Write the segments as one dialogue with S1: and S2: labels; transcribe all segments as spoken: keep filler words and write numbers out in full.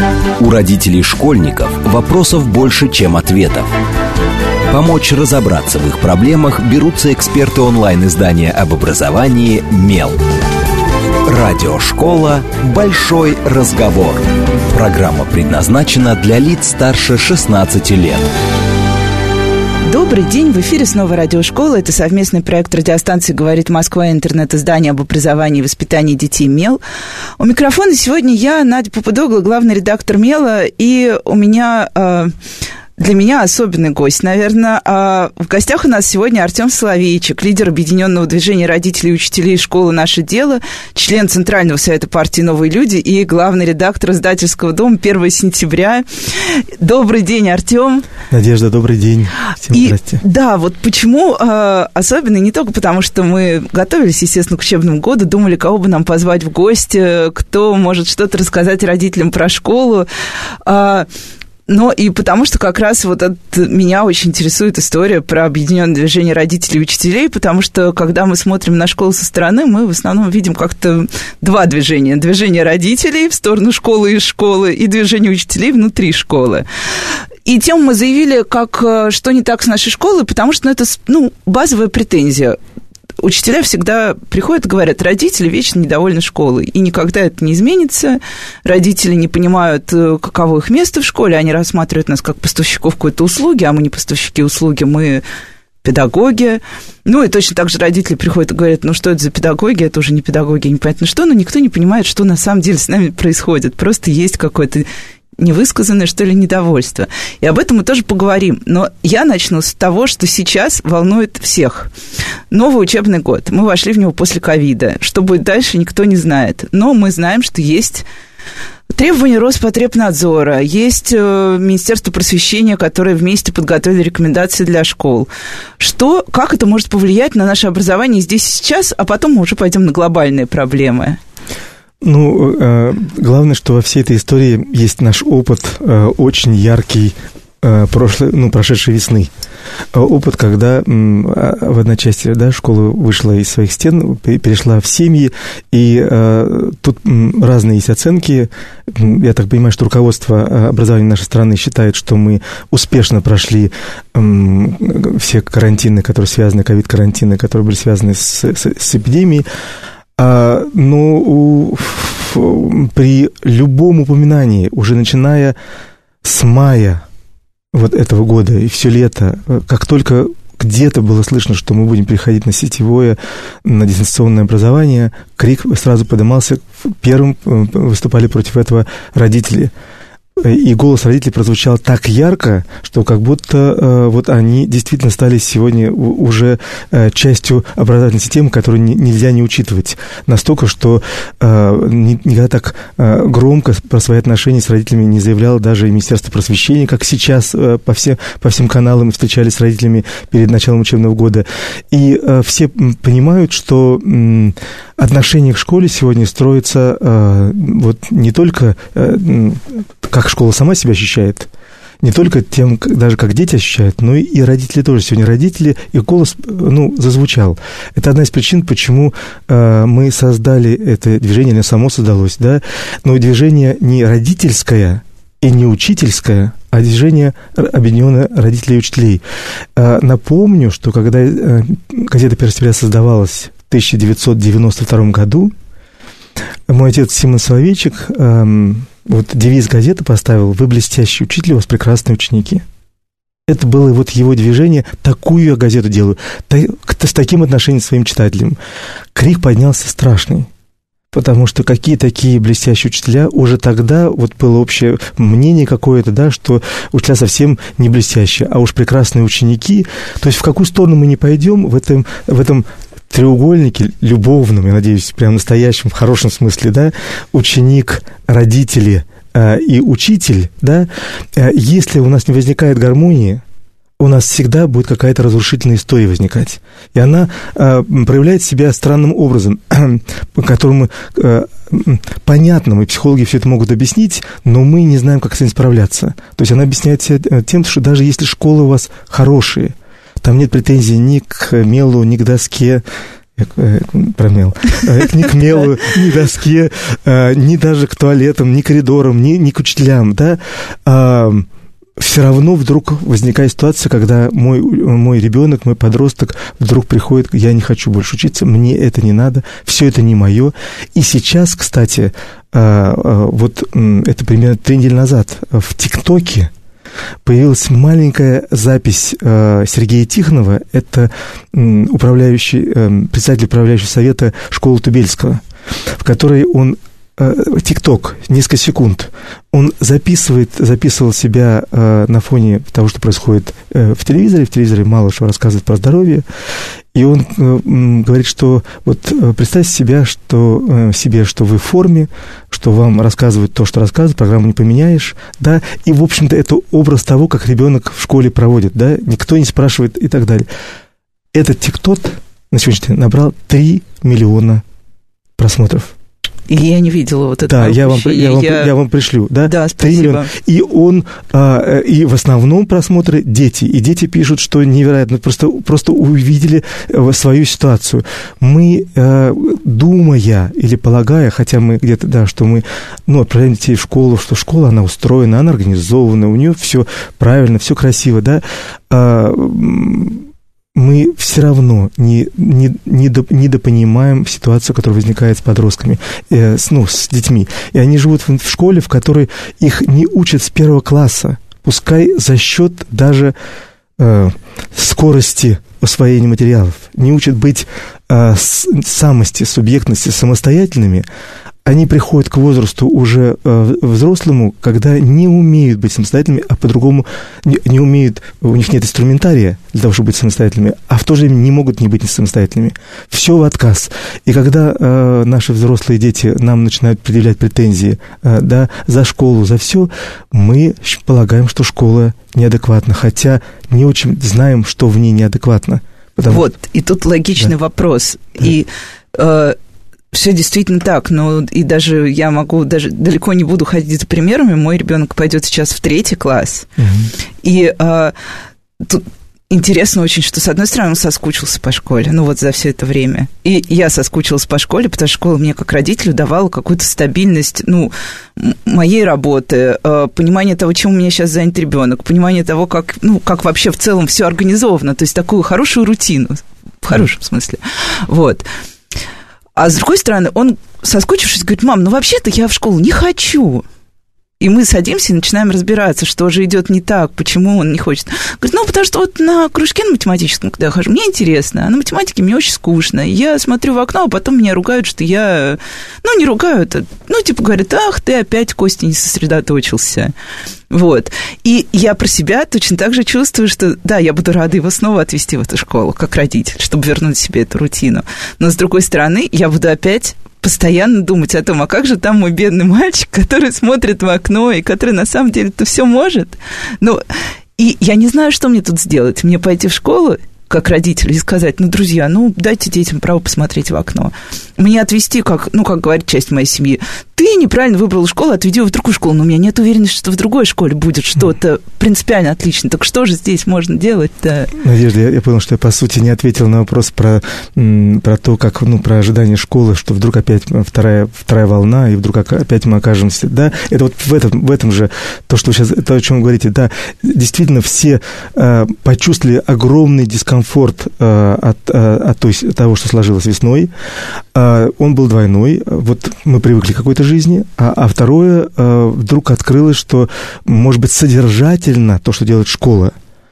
S1: У родителей школьников вопросов больше, чем ответов. Помочь разобраться в их проблемах берутся эксперты онлайн-издания об образовании «Мел». Радиошкола «Большой разговор». Программа предназначена для лиц старше шестнадцати лет.
S2: Добрый день, в эфире снова радиошкола. Это совместный проект радиостанции «Говорит Москва» и интернет-издание об образовании и воспитании детей «Мел». У микрофона сегодня я, Надя Попудогла, главный редактор «Мела», и у меня... Э, Для меня особенный гость, наверное. В гостях у нас сегодня Артем Соловейчик, лидер объединенного движения родителей и учителей школы «Наше дело», член Центрального совета партии «Новые люди» и главный редактор издательского дома первого сентября. Добрый день, Артем.
S3: Надежда, добрый день. Всем
S2: и,
S3: здрасте. Да,
S2: вот почему э, особенно, не только потому, что мы готовились, естественно, к учебному году, думали, кого бы нам позвать в гости, кто может что-то рассказать родителям про школу, э, но и потому, что как раз вот от меня очень интересует история про объединенное движение родителей и учителей, потому что, когда мы смотрим на школу со стороны, мы в основном видим как-то два движения. Движение родителей в сторону школы и школы, и движение учителей внутри школы. И тем мы заявили, как, что не так с нашей школой, потому что ну, это ну, базовая претензия. Учителя всегда приходят и говорят, родители вечно недовольны школой, и никогда это не изменится. Родители не понимают, каково их место в школе, они рассматривают нас как поставщиков какой-то услуги, а мы не поставщики услуги, мы педагоги. Ну, и точно так же родители приходят и говорят, ну, что это за педагоги, это уже не педагоги, непонятно что, но никто не понимает, что на самом деле с нами происходит. Просто есть какое-то невысказанное, что ли, недовольство. И об этом мы тоже поговорим. Но я начну с того, что сейчас волнует всех. Новый учебный год. Мы вошли в него после ковида. Что будет дальше, никто не знает. Но мы знаем, что есть требования Роспотребнадзора, есть Министерство просвещения, которое вместе подготовили рекомендации для школ. Что, как это может повлиять на наше образование здесь и сейчас, а потом мы уже пойдем на глобальные проблемы?
S3: Ну, э, главное, что во всей этой истории есть наш опыт, э, очень яркий, э, прошлой, ну, прошедшей весны. Опыт, когда э, в одночасье, да, школа вышла из своих стен, перешла в семьи, и э, тут э, разные есть оценки. Я так понимаю, что руководство образования нашей страны считает, что мы успешно прошли э, все карантины, которые связаны, ковид-карантины, которые были связаны с, с, с эпидемией. А, ну, при любом упоминании, уже начиная с мая вот этого года и все лето, как только где-то было слышно, что мы будем переходить на сетевое, на дистанционное образование, крик сразу поднимался, первым выступали против этого родители. И голос родителей прозвучал так ярко, что как будто э, вот они действительно стали сегодня уже э, частью образовательной системы, которую не, нельзя не учитывать. Настолько, что э, ни, никогда так э, громко про свои отношения с родителями не заявляло даже и Министерство просвещения, как сейчас э, по, все, по всем каналам встречались с родителями перед началом учебного года. И э, все понимают, что э, отношение к школе сегодня строится э, вот не только э, как школа сама себя ощущает, не только тем, даже как дети ощущают, но и родители тоже. Сегодня родители, их голос, ну, зазвучал. Это одна из причин, почему э, мы создали это движение, оно само создалось, да, но движение не родительское и не учительское, а движение объединенное родителей и учителей. Э, напомню, что когда э, газета «Первого сентября» создавалась в тысяча девятьсот девяносто втором году, мой отец Симон Соловейчик э, вот девиз газеты поставил: «Вы блестящий учитель, у вас прекрасные ученики». Это было вот его движение, такую я газету делаю, с таким отношением к своим читателям. Крик поднялся страшный, потому что какие такие блестящие учителя, уже тогда вот было общее мнение какое-то, да, что учителя совсем не блестящие, а уж прекрасные ученики. То есть в какую сторону мы не пойдем в этом, в этом треугольнике любовном, я надеюсь, прям настоящем, в хорошем смысле, да, ученик, родители э, и учитель, да, э, если у нас не возникает гармонии, у нас всегда будет какая-то разрушительная история возникать. И она э, проявляет себя странным образом, по которому э, понятно, мы, психологи, все это могут объяснить, но мы не знаем, как с этим справляться. То есть она объясняет себя тем, что даже если школы у вас хорошие, там нет претензий ни к мелу, ни к доске, промел, ни к мелу, ни доске, ни даже к туалетам, ни к коридорам, ни, ни к учителям, да, все равно вдруг возникает ситуация, когда мой, мой ребенок, мой подросток вдруг приходит, я не хочу больше учиться, мне это не надо, все это не мое. И сейчас, кстати, вот это примерно три недели назад в ТикТоке появилась маленькая запись Сергея Тихонова, это управляющий, председатель управляющего совета школы Тубельского, в которой он ТикТок, несколько секунд, он записывает, записывал себя э, на фоне того, что происходит э, в телевизоре. В телевизоре мало что рассказывает про здоровье. И он э, говорит, что вот э, представьте себя, что, э, себе, что вы в форме, что вам рассказывают то, что рассказывают, программу не поменяешь, да, и, в общем-то, это образ того, как ребенок в школе проводит, да, никто не спрашивает и так далее. Этот ТикТок на сегодняшний день набрал три миллиона просмотров.
S2: И я не видела вот это.
S3: Да, я вам, я, вам, я... я вам пришлю. Да,
S2: да, спасибо.
S3: И он, а, и в основном просмотры дети. И дети пишут, что невероятно, просто, просто увидели свою ситуацию. Мы, а, думая или полагая, хотя мы где-то, да, что мы, ну, отправляем детей в школу, что школа, она устроена, она организована, у нее все правильно, все красиво, да, а, мы все равно не, не, не недопонимаем ситуацию, которая возникает с подростками, э, с, ну, с детьми. И они живут в, в школе, в которой их не учат с первого класса, пускай за счет даже э, скорости усвоения материалов, не учат быть э, с, самости, субъектности самостоятельными. Они приходят к возрасту уже э, взрослому, когда не умеют быть самостоятельными, а по-другому не, не умеют, у них нет инструментария для того, чтобы быть самостоятельными, а в то же время не могут не быть самостоятельными. Все в отказ. И когда э, наши взрослые дети нам начинают предъявлять претензии, э, да, за школу, за все, мы полагаем, что школа неадекватна, хотя не очень знаем, что в ней неадекватно. Потому...
S2: Вот, и тут логичный да. вопрос. Да. И... Э... Все действительно так, но и даже я могу, даже далеко не буду ходить за примерами. Мой ребенок пойдет сейчас в третий класс. Mm-hmm. И а, тут интересно очень, что, с одной стороны, он соскучился по школе, ну вот за все это время. И я соскучилась по школе, потому что школа мне, как родителю, давала какую-то стабильность, ну, моей работы, понимание того, чем у меня сейчас занят ребенок, понимание того, как, ну, как вообще в целом все организовано, то есть такую хорошую рутину, в хорошем mm-hmm. смысле. Вот. А с другой стороны, он, соскучившись, говорит: мам, ну вообще-то я в школу не хочу. И мы садимся и начинаем разбираться, что же идет не так, почему он не хочет. Говорит: ну, потому что вот на кружке на математическом, когда я хожу, мне интересно, а на математике мне очень скучно. Я смотрю в окно, а потом меня ругают, что я... Ну, не ругают, а, ну, типа говорят: ах, ты опять, Костя, не сосредоточился. Вот. И я про себя точно так же чувствую, что, да, я буду рада его снова отвезти в эту школу, как родитель, чтобы вернуть себе эту рутину. Но, с другой стороны, я буду опять постоянно думать о том, а как же там мой бедный мальчик, который смотрит в окно и который на самом деле-то все может. Ну, и я не знаю, что мне тут сделать. Мне пойти в школу как родитель и сказать: ну, друзья, ну, дайте детям право посмотреть в окно. Мне отвести, как, ну, как говорит часть моей семьи: ты неправильно выбрал школу, отведи его в другую школу. Но у меня нет уверенности, что в другой школе будет что-то принципиально отлично. Так что же здесь можно делать-то?
S3: Надежда, я, я понял, что я, по сути, не ответил на вопрос про, про то, как, ну, про ожидание школы, что вдруг опять вторая, вторая волна, и вдруг опять мы окажемся. Да, это вот в этом, в этом же, то, что вы сейчас, то, о чем вы говорите, да, действительно, все э, почувствовали огромный дискомфорт э, от, э, от, той, от того, что сложилось весной. Э, он был двойной. Вот мы привыкли к какой-то жизни, а, а второе, э, вдруг открылось, что, может быть, содержательно то, что делает школа,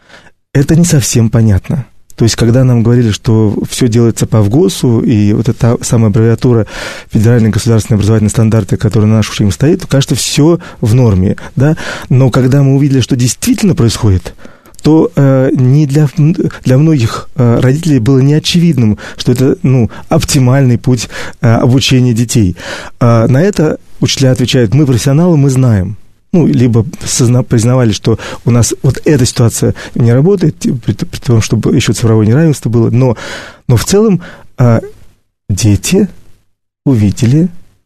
S3: это не совсем понятно. То есть, когда нам говорили, что все делается по ВГОСу, и вот эта самая аббревиатура федеральные государственные образовательные стандарты, которые на нашем шире стоит, то, кажется, все в норме, да? Но когда мы увидели, что действительно происходит, то э, не для, для многих э, родителей было неочевидным, что это, ну, оптимальный путь э, обучения детей. Э, на это учителя отвечают: мы профессионалы, мы знаем. Ну, либо созна- признавали, что у нас вот эта ситуация не работает, при, при том, чтобы еще цифровое неравенство было, но, но в целом э, дети увидели,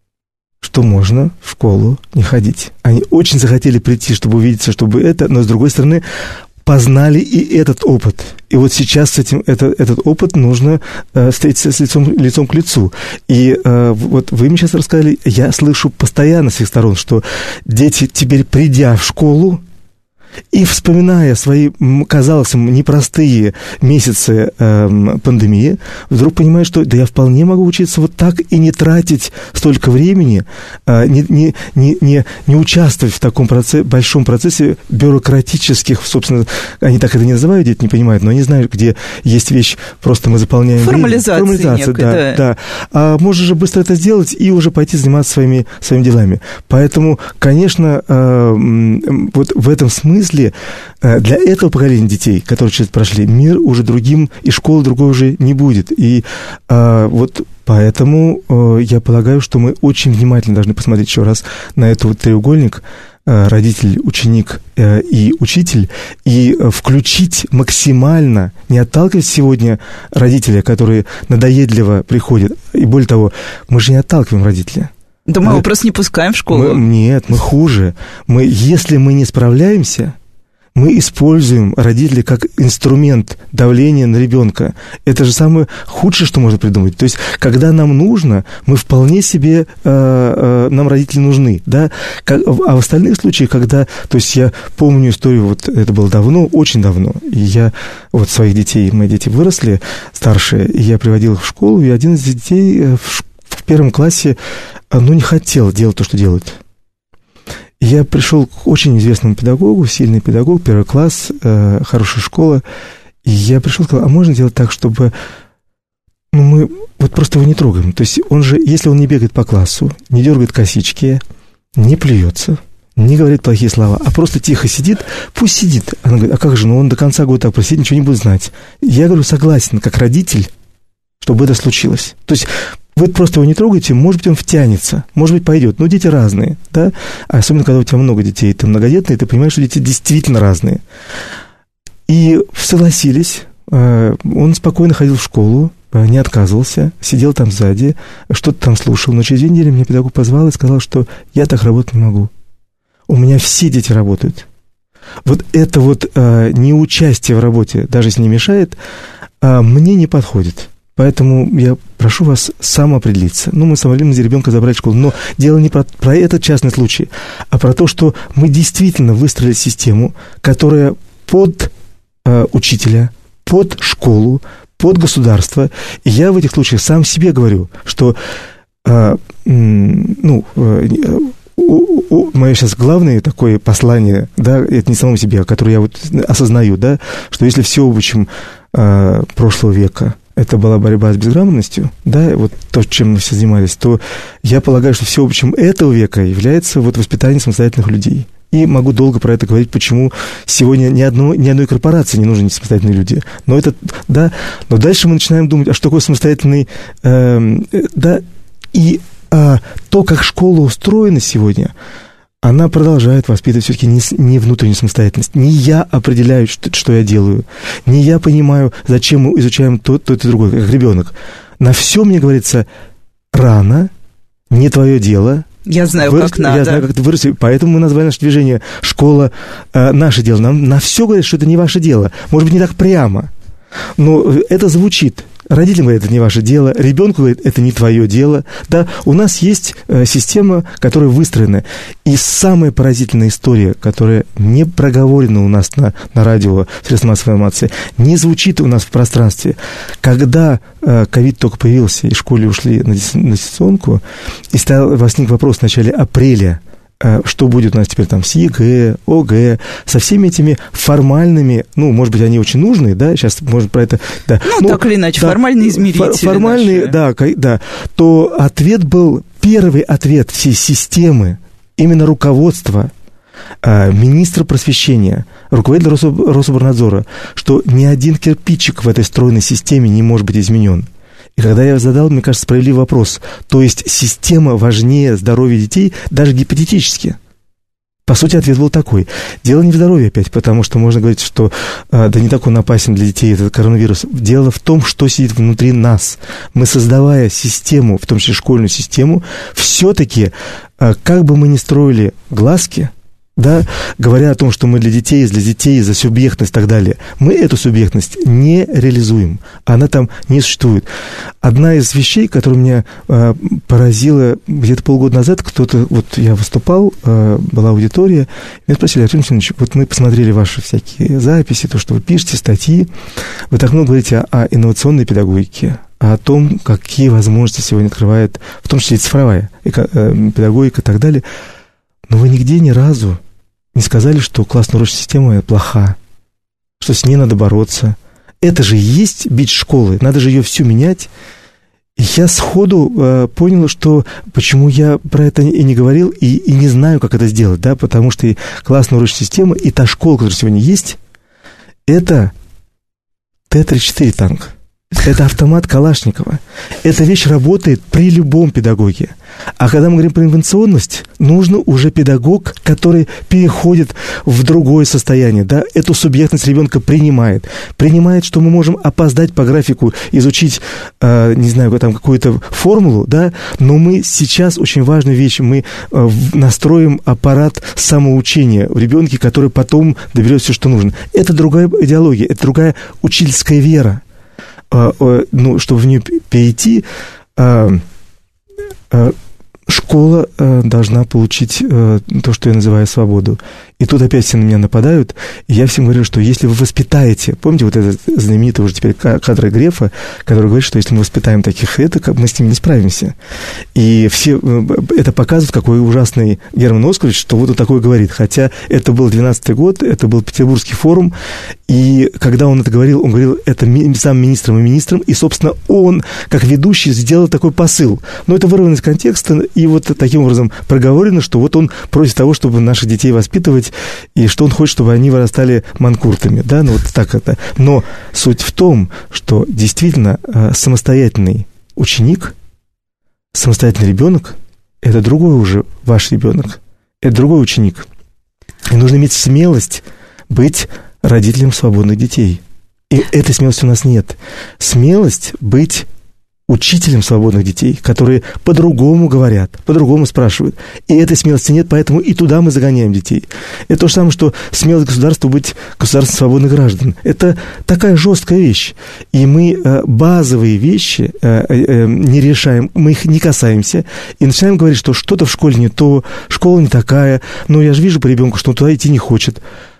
S3: что можно в школу не ходить. Они очень захотели прийти, чтобы увидеться, чтобы это, но, с другой стороны, познали и этот опыт. И вот сейчас с этим, это, этот опыт нужно э, встретиться с лицом, лицом к лицу. И э, вот вы мне сейчас рассказали, я слышу постоянно с всех сторон, что дети теперь, придя в школу, и вспоминая свои, казалось им, непростые месяцы э, пандемии, вдруг понимают, что да я вполне могу учиться вот так и не тратить столько времени, э, не, не, не, не, не участвовать в таком процессе, большом процессе бюрократических, собственно, они так это не называют, дети не понимают, но они знают, где есть вещь, просто мы заполняем
S2: формализация
S3: время. Формализация,
S2: некой,
S3: да,
S2: да.
S3: да. А можно же быстро это сделать и уже пойти заниматься своими, своими делами. Поэтому, конечно, э, вот в этом смысле для этого поколения детей, которые через это прошли, мир уже другим, и школы другой уже не будет. И а, вот поэтому а, я полагаю, что мы очень внимательно должны посмотреть еще раз на этот вот треугольник а, родитель, ученик а, и учитель, и а, включить максимально, не отталкивать сегодня родителя, которые надоедливо приходят. И более того, мы же не отталкиваем родителя.
S2: Да мы, мы его просто не пускаем в школу.
S3: Мы, нет, мы хуже. Мы, если мы не справляемся, мы используем родителей как инструмент давления на ребенка. Это же самое худшее, что можно придумать. То есть, когда нам нужно, мы вполне себе, э, э, нам родители нужны, да. Как, а в остальных случаях, когда, то есть, я помню историю, вот это было давно, очень давно, и я вот своих детей, мои дети выросли, старшие, и я приводил их в школу, и один из детей в, в первом классе, ну, не хотел делать то, что делает. Я пришел к очень известному педагогу, сильный педагог, первый класс, э, хорошая школа, и я пришел и сказал, а можно делать так, чтобы, ну, мы вот просто его не трогаем. То есть он же, если он не бегает по классу, не дергает косички, не плюется, не говорит плохие слова, а просто тихо сидит, пусть сидит. Она говорит, а как же, ну он до конца года так просидит, ничего не будет знать. Я говорю, согласен, как родитель, чтобы это случилось. То есть вы просто его не трогаете, может быть, он втянется, может быть, пойдет. Но дети разные, да? Особенно, когда у тебя много детей, ты многодетный, ты понимаешь, что дети действительно разные. И согласились, он спокойно ходил в школу, не отказывался, сидел там сзади, что-то там слушал. Но через две недели меня педагог позвал и сказал, что я так работать не могу. У меня все дети работают. Вот это вот неучастие в работе, даже если не мешает, мне не подходит. Поэтому я прошу вас самоопределиться. Ну, мы самовольно ребенка забрать в школу. Но дело не про, про этот частный случай, а про то, что мы действительно выстроили систему, которая под э, учителя, под школу, под государство. И я в этих случаях сам себе говорю, что э, ну, э, мое сейчас главное такое послание, да, это не самому себе, которое я вот осознаю, да, что если все, в общем, э, прошлого века это была борьба с безграмотностью, да, вот то, чем мы все занимались, то я полагаю, что всеобщим этого века является вот воспитание самостоятельных людей. И могу долго про это говорить, почему сегодня ни, одно, ни одной корпорации не нужны самостоятельные люди. Но это, да, но дальше мы начинаем думать, а что такое самостоятельный, э, да, и э, то, как школа устроена сегодня, она продолжает воспитывать все-таки не, не внутреннюю самостоятельность. Не я определяю, что, что я делаю. Не я понимаю, зачем мы изучаем то, то, это другое, как ребенок. На все мне говорится рано, не твое дело.
S2: Я знаю,
S3: Вырасти,
S2: как надо.
S3: Я знаю, как это вырасти. Поэтому мы назвали наше движение «Школа э, наше дело». Нам на все говорят, что это не ваше дело. Может быть, не так прямо. Но это звучит. Родителям говорят, это не ваше дело, ребенку говорят, это не твое дело. Да, у нас есть э, система, которая выстроена. И самая поразительная история, которая не проговорена у нас на, на радио, в средствах массовой информации, не звучит у нас в пространстве. Когда ковид э, только появился, и в школе ушли на, на дистанционку, и стал, возник вопрос в начале апреля, что будет у нас теперь там с ЕГЭ, ОГЭ, со всеми этими формальными, ну, может быть, они очень нужные, да, сейчас, может, про это, да.
S2: Ну, ну так или иначе, да, формальные измерители.
S3: Формальные, да, да, то ответ был, первый ответ всей системы, именно руководства, министра просвещения, руководителя Рособорнадзора, что ни один кирпичик в этой стройной системе не может быть изменен. И когда я задал, мне кажется, справедливый вопрос, то есть система важнее здоровья детей, даже гипотетически. По сути, ответ был такой. Дело не в здоровье опять, потому что можно говорить, что да не так он опасен для детей, этот коронавирус. Дело в том, что сидит внутри нас. Мы, создавая систему, в том числе школьную систему, все-таки, как бы мы ни строили глазки, Да, говоря о том, что мы для детей, для детей, за субъектность и так далее, мы эту субъектность не реализуем, она там не существует. Одна из вещей, которая меня э, поразила где-то полгода назад, кто-то, вот я выступал, э, была аудитория, меня спросили: Артем Семенович, вот мы посмотрели ваши всякие записи, то, что вы пишете, статьи, вы так много говорите о, о инновационной педагогике, о том, какие возможности сегодня открывает, в том числе и цифровая педагогика и так далее, но вы нигде ни разу не сказали, что классная урочная система плоха, что с ней надо бороться. Это же и есть бич школы, надо же ее всю менять. И я сходу э, понял, что почему я про это и не говорил, и, и не знаю, как это сделать, да, потому что и классная урочная система, и та школа, которая сегодня есть, это Т тридцать четыре танк. Это автомат Калашникова. Эта вещь работает при любом педагоге. А когда мы говорим про инновационность, нужно уже педагог, который переходит в другое состояние, да, эту субъектность ребенка принимает. Принимает, что мы можем опоздать по графику, изучить, э, не знаю, там какую-то формулу, да, но мы сейчас очень важную вещь, мы э, настроим аппарат самоучения в ребенке, который потом доберет все, что нужно. Это другая идеология, это другая учительская вера. Ну, чтобы в нее перейти, школа должна получить то, что я называю свободу. И тут опять все на меня нападают, и я всем говорю, что если вы воспитаете, помните вот этот знаменитый уже теперь кадр Грефа, который говорит, что если мы воспитаем таких этак, мы с ними не справимся. И все это показывает, какой ужасный Герман Оскарович, что вот он такое говорит. Хотя это был двенадцатый год, это был Петербургский форум, и когда он это говорил, он говорил это сам министром и министром, и, собственно, он, как ведущий, сделал такой посыл. Но это вырвано из контекста, и вот таким образом проговорено, что вот он просит того, чтобы наших детей воспитывать, и что он хочет, чтобы они вырастали манкуртами, да, ну вот так это. Но суть в том, что действительно самостоятельный ученик, самостоятельный ребенок – это другой уже ваш ребенок, это другой ученик. И нужно иметь смелость быть родителем свободных детей. И этой смелости у нас нет. Смелость быть учителем свободных детей, которые по-другому говорят, по-другому спрашивают. И этой смелости нет, поэтому и туда мы загоняем детей. Это то же самое, что смелость государства быть государством свободных граждан. Это такая жесткая вещь. И мы базовые вещи не решаем, мы их не касаемся, и начинаем говорить, что что-то в школе не то, школа не такая, но я же вижу по ребенку, что он туда идти не хочет.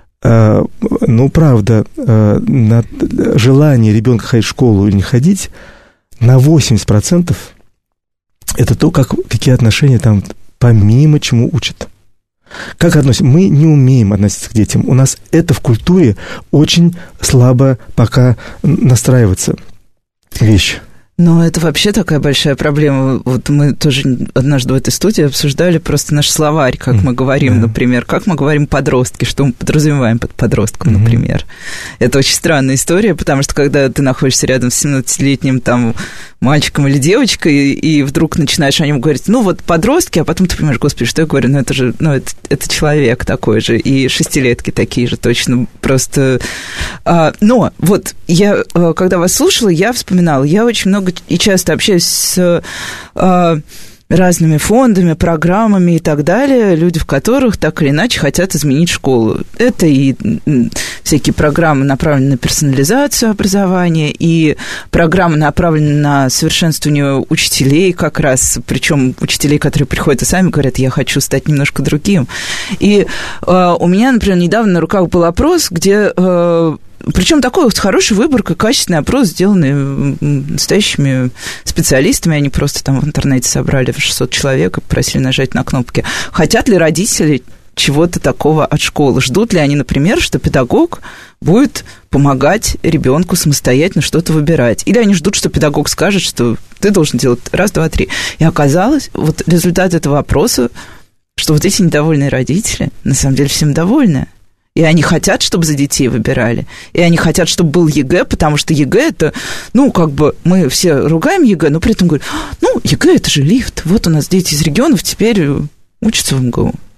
S3: Ну, правда, на желание ребенка ходить в школу или не ходить на восемьдесят процентов это то, как, какие отношения там помимо чему учат. Как относим? Мы не умеем относиться к детям. У нас это в культуре очень слабо пока настраивается вещь.
S2: Но это вообще такая большая проблема. Вот мы тоже однажды в этой студии обсуждали просто наш словарь, как мы говорим, mm-hmm. например, как мы говорим подростки, что мы подразумеваем под подростком, mm-hmm. например. Это очень странная история, потому что когда ты находишься рядом с семнадцатилетним там мальчиком или девочкой, и вдруг начинаешь о нем говорить, ну вот подростки, а потом ты понимаешь, господи, что я говорю, ну это же, ну это, это человек такой же, и шестилетки такие же точно, просто... А, но вот я, когда вас слушала, я вспоминала, я очень много и часто общаюсь с а, разными фондами, программами и так далее, люди в которых так или иначе хотят изменить школу. Это и всякие программы, направленные на персонализацию образования, и программы, направленные на совершенствование учителей как раз, причем учителей, которые приходят и сами говорят, я хочу стать немножко другим. И э, у меня, например, недавно на руках был опрос, где... Э, Причем такой вот хороший выборка, качественный опрос, сделанный настоящими специалистами. Они просто там в интернете собрали шестьсот человек и просили нажать на кнопки. Хотят ли родители чего-то такого от школы? Ждут ли они, например, что педагог будет помогать ребенку самостоятельно что-то выбирать? Или они ждут, что педагог скажет, что ты должен делать раз, два, три. И оказалось, вот результат этого опроса, что вот эти недовольные родители, на самом деле, всем довольны. И они хотят, чтобы за детей выбирали. И они хотят, чтобы был ЕГЭ, потому что ЕГЭ это, ну, как бы, мы все ругаем ЕГЭ, но при этом говорим, ну, ЕГЭ это же лифт. Вот у нас дети из регионов теперь учатся в МГУ.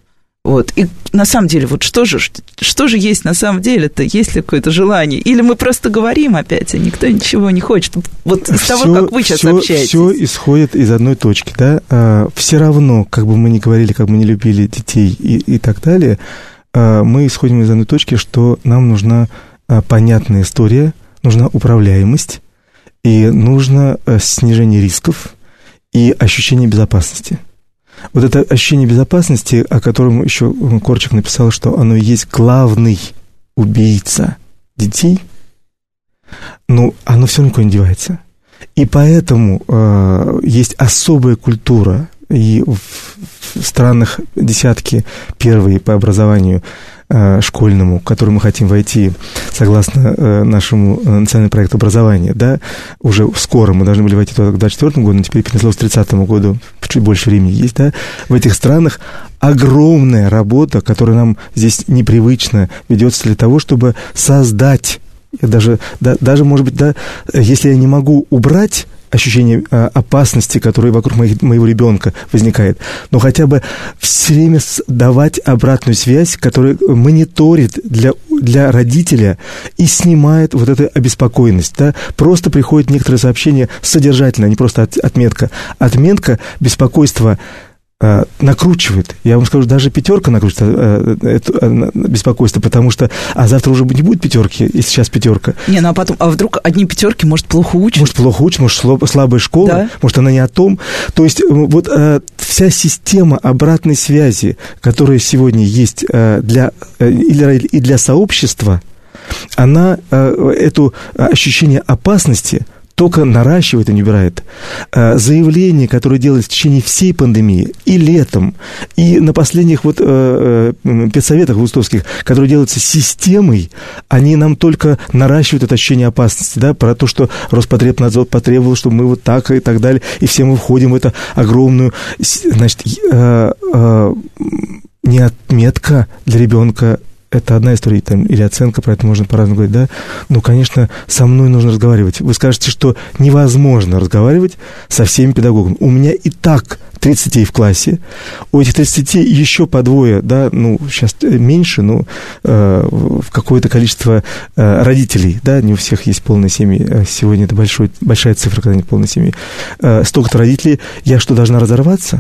S2: Вот. И на самом деле, вот что же, что же есть на самом деле-то? Есть ли какое-то желание? Или мы просто говорим опять, а никто ничего не хочет? Вот из
S3: всё,
S2: того, как вы сейчас
S3: всё,
S2: общаетесь.
S3: Все исходит из одной точки, да? А, все равно, как бы мы ни говорили, как мы не любили детей и, и так далее, а, мы исходим из одной точки, что нам нужна а, понятная история, нужна управляемость, и нужно а, снижение рисков и ощущение безопасности. Вот это ощущение безопасности, о котором еще Корчик написал, что оно и есть главный убийца детей, но оно все равно никуда не девается. И поэтому э, есть особая культура, и в, в странах десятки первые по образованию э, школьному, в который мы хотим войти, согласно э, нашему национальному проекту образования, да, уже скоро мы должны были войти туда к двадцать четвёртому году, но теперь перенеслось к тридцатому году, чуть больше времени есть, да, в этих странах огромная работа, которая нам здесь непривычна, ведется для того, чтобы создать, даже, да, даже может быть, да, если я не могу убрать ощущение а, опасности, которое вокруг моих, моего ребенка возникает, но хотя бы все время давать обратную связь, которая мониторит для, для родителя и снимает вот эту обеспокоенность. Да? Просто приходит некоторые сообщения содержательно, а не просто от, отметка. Отметка беспокойства а, накручивает. Я вам скажу, даже пятерка накручивает а, это а, беспокойство, потому что, а завтра уже не будет пятерки, и сейчас пятерка.
S2: Не, ну а потом, а вдруг одни пятерки, может, плохо учат?
S3: Может, плохо учат, может, слабая школа, да? Может, она не о том. То есть, вот а, вся система обратной связи, которая сегодня есть а, для, и для сообщества, она а, это ощущение опасности только наращивает и не убирает. Заявления, которые делались в течение всей пандемии, и летом, и на последних вот э, педсоветах вустовских, которые делаются системой, они нам только наращивают это ощущение опасности, да, про то, что Роспотребнадзор потребовал, чтобы мы вот так и так далее, и все мы входим в эту огромную, значит, э, э, не отметка для ребенка. Это одна история, там, или оценка, про это можно по-разному говорить, да? Ну, конечно, со мной нужно разговаривать. Вы скажете, что невозможно разговаривать со всеми педагогами. У меня и так тридцать детей в классе. У этих тридцати еще по двое, да, ну, сейчас меньше, но э, в какое-то количество э, родителей, да, не у всех есть полные семьи. Сегодня это большой, большая цифра, когда нет полной семьи. Э, столько-то родителей. Я что, должна разорваться?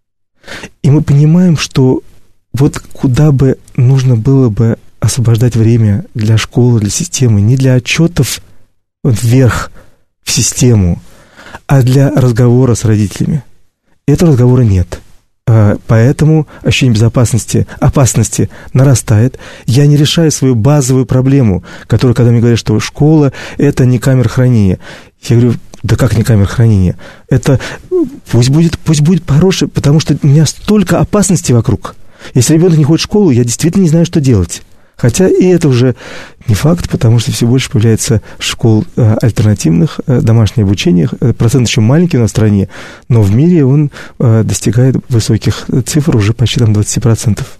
S3: И мы понимаем, что вот куда бы нужно было бы освобождать время для школы, для системы, не для отчетов вверх в систему, а для разговора с родителями. Этого разговора нет. Поэтому ощущение безопасности, опасности нарастает. Я не решаю свою базовую проблему, которая, когда мне говорят, что школа – это не камера хранения. Я говорю, да как не камера хранения? Это пусть будет, пусть будет хорошее, потому что у меня столько опасностей вокруг. Если ребенок не ходит в школу, я действительно не знаю, что делать. Хотя и это уже не факт, потому что все больше появляется школ э, альтернативных, э, домашнее обучение. Процент еще маленький у нас в стране, но в мире он э, достигает высоких цифр, уже почти там двадцать процентов.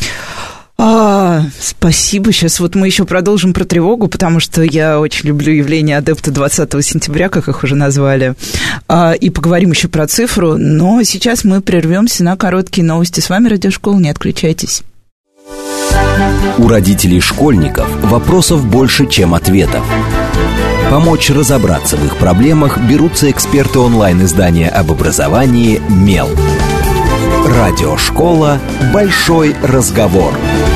S2: А, спасибо. Сейчас вот мы еще продолжим про тревогу, потому что я очень люблю явление адепта двадцатого сентября, как их уже назвали, а, и поговорим еще про цифру, но сейчас мы прервемся на короткие новости. С вами Радиошкола, не отключайтесь.
S1: У родителей школьников вопросов больше, чем ответов. Помочь разобраться в их проблемах берутся эксперты онлайн-издания об образовании «Мел». Радиошкола «Большой разговор».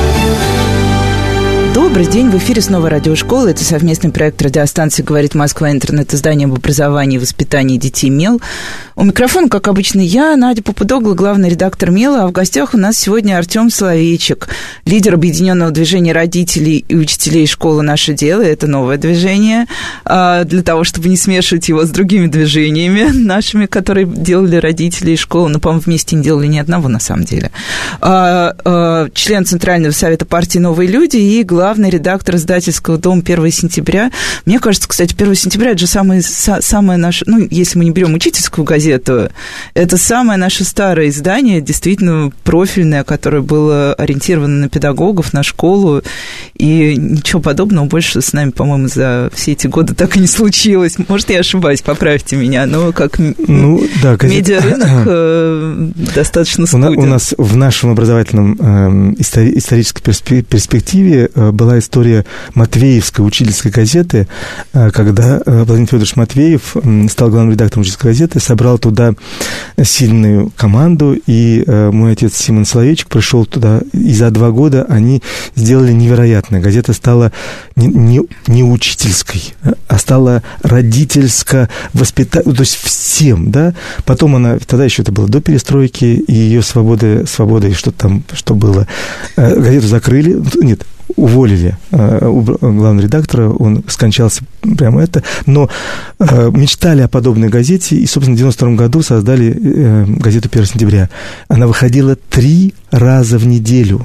S2: Добрый день, в эфире снова Радиошкола. Это совместный проект радиостанции «Говорит Москва», интернет-издание об образовании и воспитании детей «Мел». У микрофона, как обычно, я, Надя Попудогла, главный редактор «Мела», а в гостях у нас сегодня Артем Соловейчик, лидер объединенного движения родителей и учителей школы «Наше дело». Это новое движение, для того, чтобы не смешивать его с другими движениями нашими, которые делали родители и школы, но, по-моему, вместе не делали ни одного, на самом деле. Член Центрального совета партии «Новые люди» и главный редактор издательского дома «первого сентября». Мне кажется, кстати, первого сентября – это же самое, самое наше, ну, если мы не берем учительскую газету, это самое наше старое издание, действительно профильное, которое было ориентировано на педагогов, на школу. И ничего подобного больше с нами, по-моему, за все эти годы так и не случилось. Может, я ошибаюсь, поправьте меня, но как ну, да, медиарынок достаточно скуден.
S3: У нас в нашем образовательном исторической перспективе была история Матвеевской учительской газеты, когда Владимир Федорович Матвеев стал главным редактором учительской газеты, собрал туда сильную команду, и мой отец Симон Соловейчик пришел туда, и за два года они сделали невероятное. Газета стала не, не, не учительской, а стала родительско-воспитательной, то есть всем, да. Потом она, тогда еще это было до перестройки, и ее свобода, свобода и что-то там, что было. Газету закрыли, нет, уволили главного редактора, он скончался прямо это, но мечтали о подобной газете, и, собственно, в девяносто втором году создали газету первого сентября. Она выходила три раза в неделю.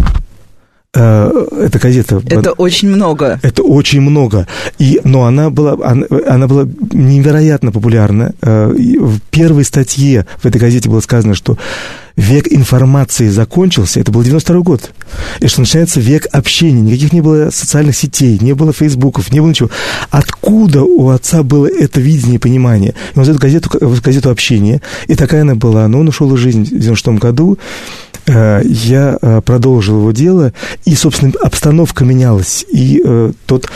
S3: Эта газета...
S2: Это очень много.
S3: Это очень много. И, но она была, она, она была невероятно популярна. В первой статье в этой газете было сказано, что век информации закончился, это был девяносто второй год, и что начинается век общения. Никаких не было социальных сетей, не было фейсбуков, не было ничего. Откуда у отца было это видение и понимание? И он взял газету, газету «Общение», и такая она была. Но он ушел из жизни в девяносто шестом году. Я продолжил его дело, и, собственно, обстановка менялась, и э, тот,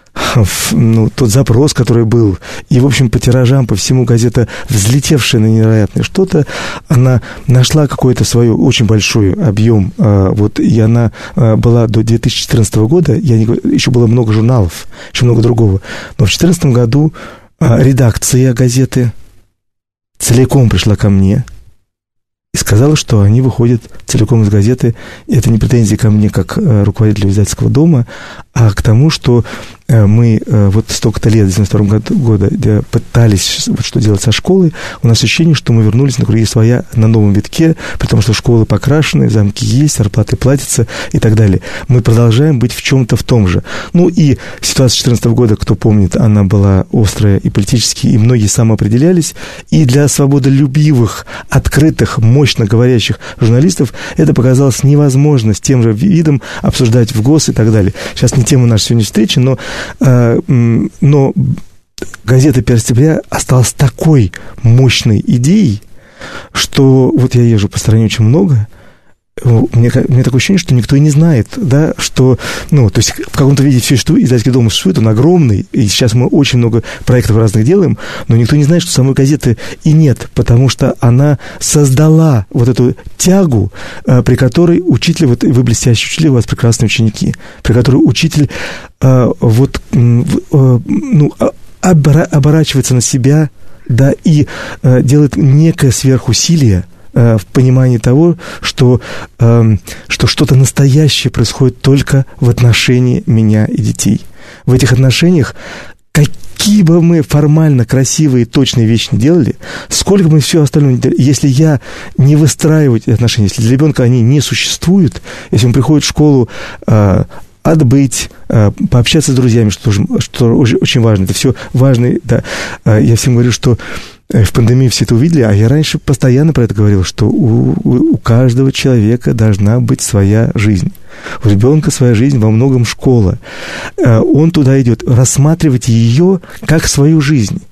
S3: ну, тот запрос, который был, и, в общем, по тиражам, по всему газета, взлетевшая на невероятное что-то, она нашла какой-то свой очень большой объем, э, вот, и она э, была до две тысячи четырнадцатого года, я не говорю, еще было много журналов, еще много другого, но в две тысячи четырнадцатом году э, редакция газеты целиком пришла ко мне и сказала, что они выходят целиком из газеты. И это не претензии ко мне, как э, руководителю издательского дома, а к тому, что э, мы э, вот столько-то лет, с девяносто второго года, пытались вот что делать со школой. У нас ощущение, что мы вернулись на круги своя на новом витке, при том, что школы покрашены, замки есть, зарплаты платятся и так далее. Мы продолжаем быть в чем-то в том же. Ну и ситуация две тысячи четырнадцатого года, кто помнит, она была острая и политически, и многие самоопределялись. И для свободолюбивых, открытых, мощно говорящих журналистов это показалось невозможно с тем же видом обсуждать в ГОС и так далее. Сейчас не тема нашей сегодняшней встречи, но, э, но газета первого сентября осталась такой мощной идеей, что вот я езжу по стране очень много, у меня, у меня такое ощущение, что никто и не знает, да, что, ну, то есть в каком-то виде все, что издательский дом существует, он огромный, и сейчас мы очень много проектов разных делаем, но никто не знает, что самой газеты и нет, потому что она создала вот эту тягу, при которой учитель, вот вы блестящий учитель, у вас прекрасные ученики, при которой учитель вот, ну, оборачивается на себя, да, и делает некое сверхусилие в понимании того, что, что что-то настоящее происходит только в отношении меня и детей. В этих отношениях, какие бы мы формально красивые и точные вещи не делали, сколько бы мы все остальное не делали, если я не выстраиваю эти отношения, если для ребенка они не существуют, если он приходит в школу отбыть, пообщаться с друзьями, что, тоже, что очень важно, это все важно, да. Я всем говорю, что в пандемию все это увидели, а я раньше постоянно про это говорил, что у, у каждого человека должна быть своя жизнь. У ребенка своя жизнь, во многом школа. Он туда идет. Рассматривайте ее как свою жизнь.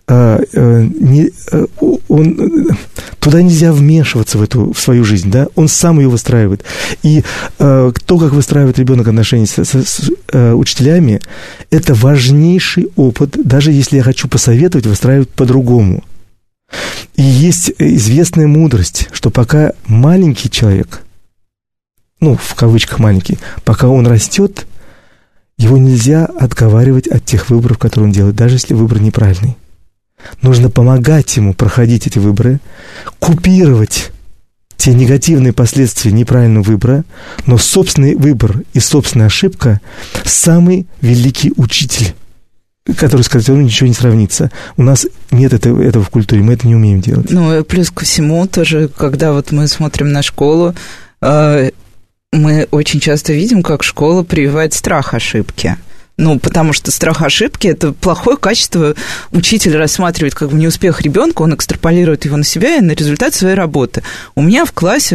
S3: Не, он, туда нельзя вмешиваться в эту в свою жизнь, да? Он сам ее выстраивает. И то, как выстраивает ребенок отношения с, с, с э, учителями, это важнейший опыт, даже если я хочу посоветовать, выстраивать по-другому. И есть известная мудрость, что пока маленький человек, ну, в кавычках маленький, пока он растет, его нельзя отговаривать от тех выборов, которые он делает, даже если выбор неправильный. Нужно помогать ему проходить эти выборы, купировать те негативные последствия неправильного выбора, но собственный выбор и собственная ошибка – самый великий учитель, который скажет, ну, ничего не сравнится. У нас нет этого, этого в культуре, мы это не умеем делать.
S2: Ну, плюс ко всему, тоже, когда вот мы смотрим на школу, э, мы очень часто видим, как школа прививает страх ошибки. Ну, потому что страх ошибки – это плохое качество. Учитель рассматривает как бы неуспех ребенка, он экстраполирует его на себя и на результат своей работы. У меня в классе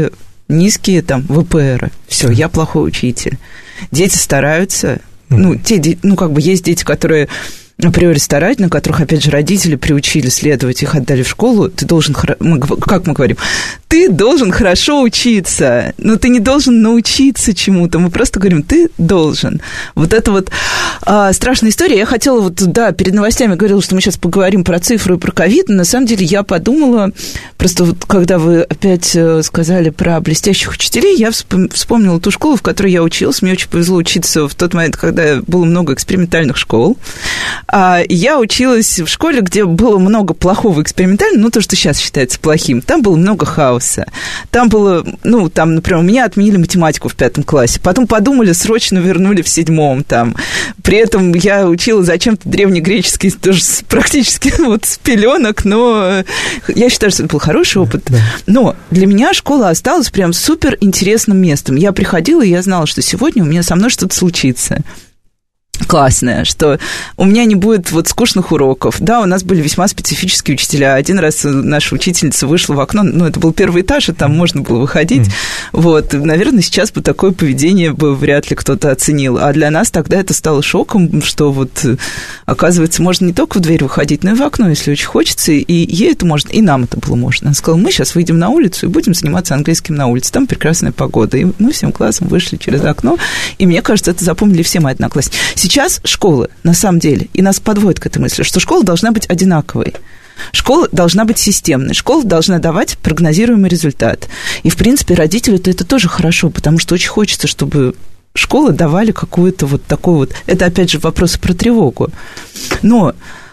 S2: низкие там вэ пэ эры. Все, я плохой учитель. Дети стараются. Ну, те, ну, как бы есть дети, которые априори старательно, которых, опять же, родители приучили следовать, их отдали в школу. Ты должен, мы, как мы говорим, ты должен хорошо учиться, но ты не должен научиться чему-то. Мы просто говорим, ты должен. Вот это вот а, страшная история. Я хотела вот, да, перед новостями говорила, что мы сейчас поговорим про цифры и про ковид, но на самом деле я подумала, просто вот когда вы опять сказали про блестящих учителей, я вспомнила ту школу, в которой я училась. Мне очень повезло учиться в тот момент, когда было много экспериментальных школ. А я училась в школе, где было много плохого экспериментального, ну, то, что сейчас считается плохим. Там было много хаоса. Там было, ну, там, например, у меня отменили математику в пятом классе. Потом подумали, срочно вернули в седьмом там. При этом я учила зачем-то древнегреческий тоже практически вот с пеленок, но я считаю, что это был хороший опыт. Да. Но для меня школа осталась прям супер интересным местом. Я приходила, и я знала, что сегодня у меня со мной что-то случится. Классное, что у меня не будет вот скучных уроков. Да, у нас были весьма специфические учителя. Один раз наша учительница вышла в окно, ну, это был первый этаж, и там можно было выходить. Mm. Вот, наверное, сейчас бы такое поведение бы вряд ли кто-то оценил. А для нас тогда это стало шоком, что вот, оказывается, можно не только в дверь выходить, но и в окно, если очень хочется, и ей это можно, и нам это было можно. Она сказала, мы сейчас выйдем на улицу и будем заниматься английским на улице. Там прекрасная погода. И мы всем классом вышли через окно, и мне кажется, это запомнили все мои одноклассники. Сейчас школа, на самом деле, и нас подводит к этой мысли, что школа должна быть одинаковой. Школа должна быть системной. Школа должна давать прогнозируемый результат. И, в принципе, родителю-то это тоже хорошо, потому что очень хочется, чтобы школы давали какую-то вот такую вот... Это, опять же, вопросы про тревогу. Но...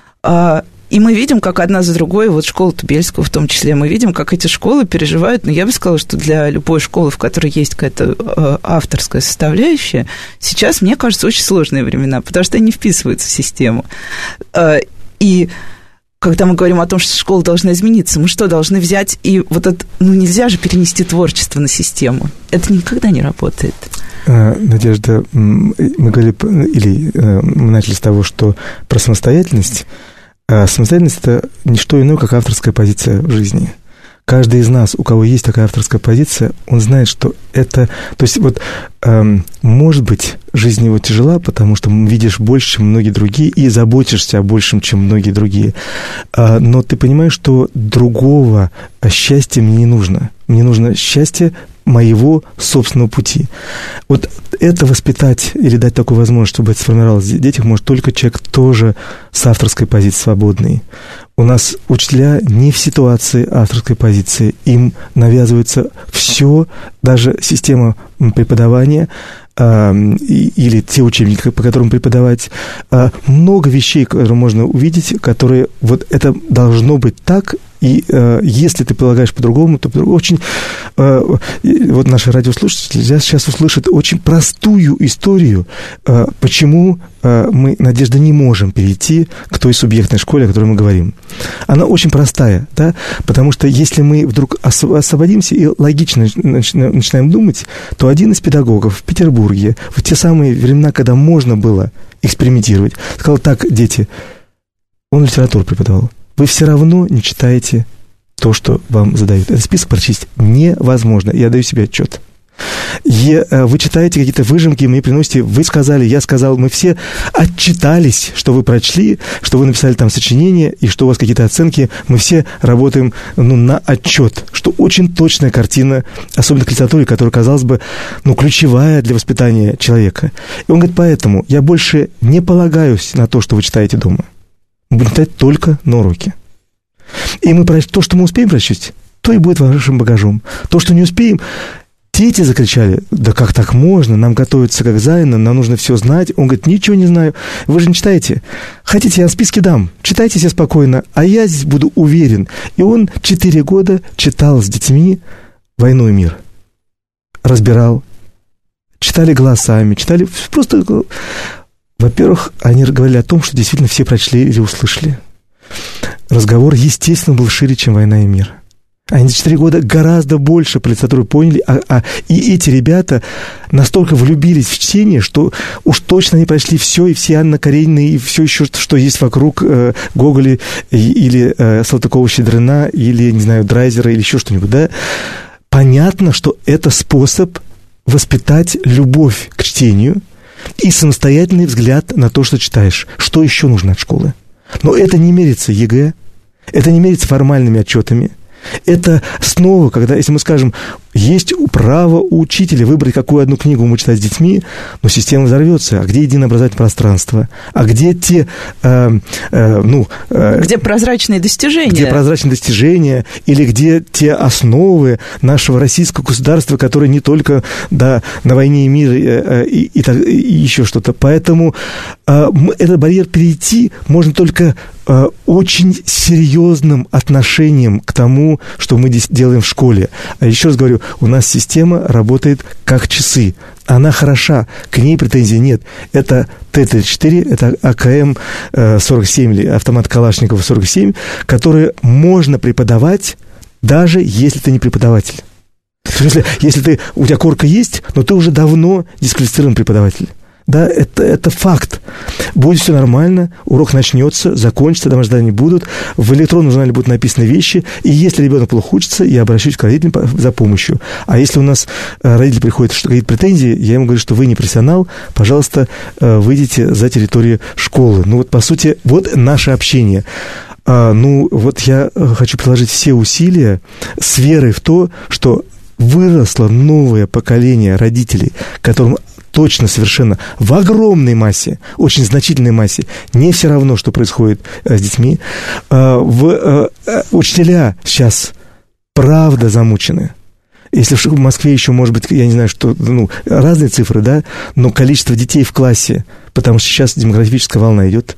S2: И мы видим, как одна за другой, вот школа Тубельского в том числе, мы видим, как эти школы переживают, но я бы сказала, что для любой школы, в которой есть какая-то авторская составляющая, сейчас, мне кажется, очень сложные времена, потому что они не вписываются в систему. И когда мы говорим о том, что школа должна измениться, мы что, должны взять и вот это, ну, нельзя же перенести творчество на систему. Это никогда не работает.
S3: Надежда, мы говорили, или мы начали с того, что про самостоятельность. А самостоятельность – это не что иное, как авторская позиция в жизни. Каждый из нас, у кого есть такая авторская позиция, он знает, что это... То есть вот, эм, может быть, жизнь его тяжела, потому что видишь больше, чем многие другие, и заботишься о большем, чем многие другие. А, но ты понимаешь, что другого счастья мне не нужно. Мне нужно счастье моего собственного пути. Вот это воспитать или дать такую возможность, чтобы это сформировалось в детях, может только человек тоже с авторской позиции свободный. У нас учителя не в ситуации авторской позиции. Им навязывается все, даже система преподавания, или те учебники, по которым преподавать, много вещей, которые можно увидеть, которые вот это должно быть так, и если ты полагаешь по-другому, то очень... Вот наши радиослушатели сейчас услышат очень простую историю, почему мы, Надежда, не можем перейти к той субъектной школе, о которой мы говорим. Она очень простая, да, потому что если мы вдруг освободимся и логично начинаем думать, то один из педагогов в Петербурге, в те самые времена, когда можно было экспериментировать, сказал: так, дети, он литературу преподавал, вы все равно не читаете то, что вам задают. Этот список прочесть невозможно, я даю себе отчет. И вы читаете какие-то выжимки, мне приносите, вы сказали, я сказал, мы все отчитались, что вы прочли, что вы написали там сочинение, и что у вас какие-то оценки, мы все работаем, ну, на отчет, что очень точная картина, особенно к литературе, которая, казалось бы, ну, ключевая для воспитания человека. И он говорит, поэтому я больше не полагаюсь на то, что вы читаете дома. Мы будем читать только на уроке. И мы то, что мы успеем прочесть, то и будет вашим багажом. То, что не успеем... Дети закричали: да как так можно, нам готовиться как Зайна, нам нужно все знать. Он говорит: ничего не знаю, вы же не читаете. Хотите, я вам списки дам, читайте себе спокойно, а я здесь буду уверен. И он четыре года читал с детьми «Войну и мир». Разбирал, читали голосами, читали просто... Во-первых, они говорили о том, что действительно все прочли или услышали. Разговор, естественно, был шире, чем «Война и мир». Они за четыре года гораздо больше про литературу поняли, а, а, и эти ребята настолько влюбились в чтение, что уж точно они прочли все, и все Анна Каренина, и все еще, что есть вокруг э, Гоголя, и, или э, Салтыкова-Щедрина, или, не знаю, Драйзера, или еще что-нибудь, да. понятно, что это способ воспитать любовь к чтению и самостоятельный взгляд на то, что читаешь. Что еще нужно от школы? Но это не мерится ЕГЭ, это не мерится формальными отчетами. Это снова, когда, если мы скажем, есть право у учителя выбрать, какую одну книгу ему читать с детьми, но система взорвется. А где единое образовательное пространство? А где те, э, э, ну... Э,
S2: где прозрачные достижения?
S3: Где прозрачные достижения, или где те основы нашего российского государства, которые не только да, на войне и мире э, и, и, и, и еще что-то. Поэтому э, этот барьер перейти можно только э, очень серьезным отношением к тому, что мы здесь делаем в школе. А еще раз говорю, у нас система работает как часы. Она хороша, к ней претензий нет. Это Т тридцать четыре, это А К М сорок семь или автомат Калашникова сорок семь, которые можно преподавать, даже если ты не преподаватель. В смысле, если ты, у тебя корка есть, но ты уже давно дисквалифицирован преподаватель. Да, это, это факт. Будет все нормально, урок начнется, закончится, домашние задания будут, в электронном журнале будут написаны вещи, и если ребенок плохо учится, я обращусь к родителям за помощью. А если у нас родители приходят, что какие-то претензии, я ему говорю, что вы не профессионал, пожалуйста, выйдите за территорию школы. Ну вот, по сути, вот наше общение. А, ну, вот я хочу приложить все усилия с верой в то, что выросло новое поколение родителей, которым точно, совершенно, в огромной массе, очень значительной массе, не все равно, что происходит с детьми. В, учителя сейчас правда замучены. Если в Москве еще, может быть, я не знаю, что, ну, разные цифры, да, но количество детей в классе, потому что сейчас демографическая волна идет,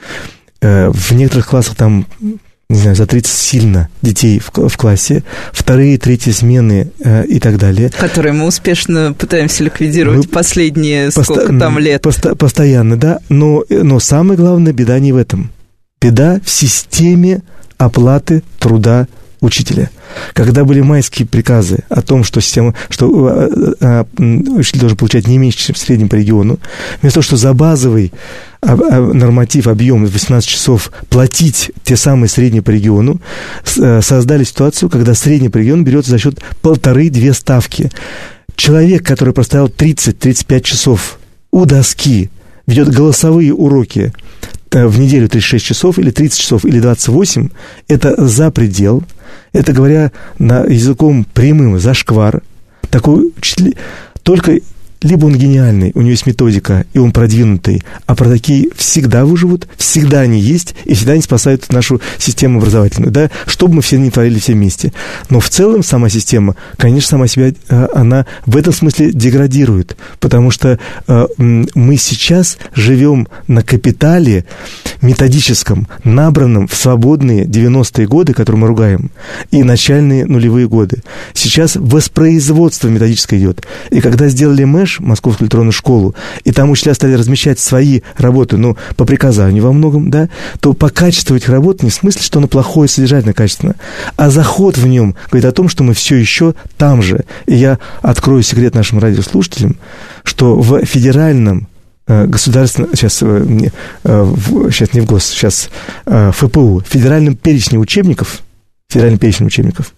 S3: в некоторых классах там, не знаю, за тридцать сильно детей в, в классе, вторые, третьи смены э, и так далее.
S2: Которые мы успешно пытаемся ликвидировать мы последние сколько
S3: посто-
S2: там лет.
S3: Посто- постоянно, да, но, но самое главное, беда не в этом. Беда в системе оплаты труда учителя. Когда были майские приказы о том, что система, что а, а, учитель должен получать не меньше, чем в среднем по региону, вместо того, что за базовый а, а, норматив, объем восемнадцать часов платить те самые средние по региону, с, создали ситуацию, когда средний по региону берется за счет полторы-две ставки. Человек, который простоял тридцать-тридцать пять часов у доски, ведет голосовые уроки в неделю тридцать шесть часов, или тридцать часов, или двадцать восемь, это за предел. Это, говоря на языком прямым, зашквар. Такой учитель, только либо он гениальный, у него есть методика, и он продвинутый, а про такие всегда выживут, всегда они есть, и всегда они спасают нашу систему образовательную, да, что бы мы все не творили все вместе. Но в целом сама система, конечно, сама себя, она в этом смысле деградирует, потому что мы сейчас живем на капитале методическом, набранном в свободные девяностые годы, которые мы ругаем, и начальные нулевые годы. Сейчас воспроизводство методическое идет. И когда сделали МЭШ, Московскую электронную школу, и там учителя стали размещать свои работы, ну, по приказанию во многом, да, то по качеству этих работ не в смысле, что оно плохое, содержательно, качественно, а заход в нем говорит о том, что мы все еще там же. И я открою секрет нашим радиослушателям, что в федеральном государственном, сейчас, сейчас не в ГОС, сейчас Ф П У, федеральном перечне учебников, федеральном перечне учебников,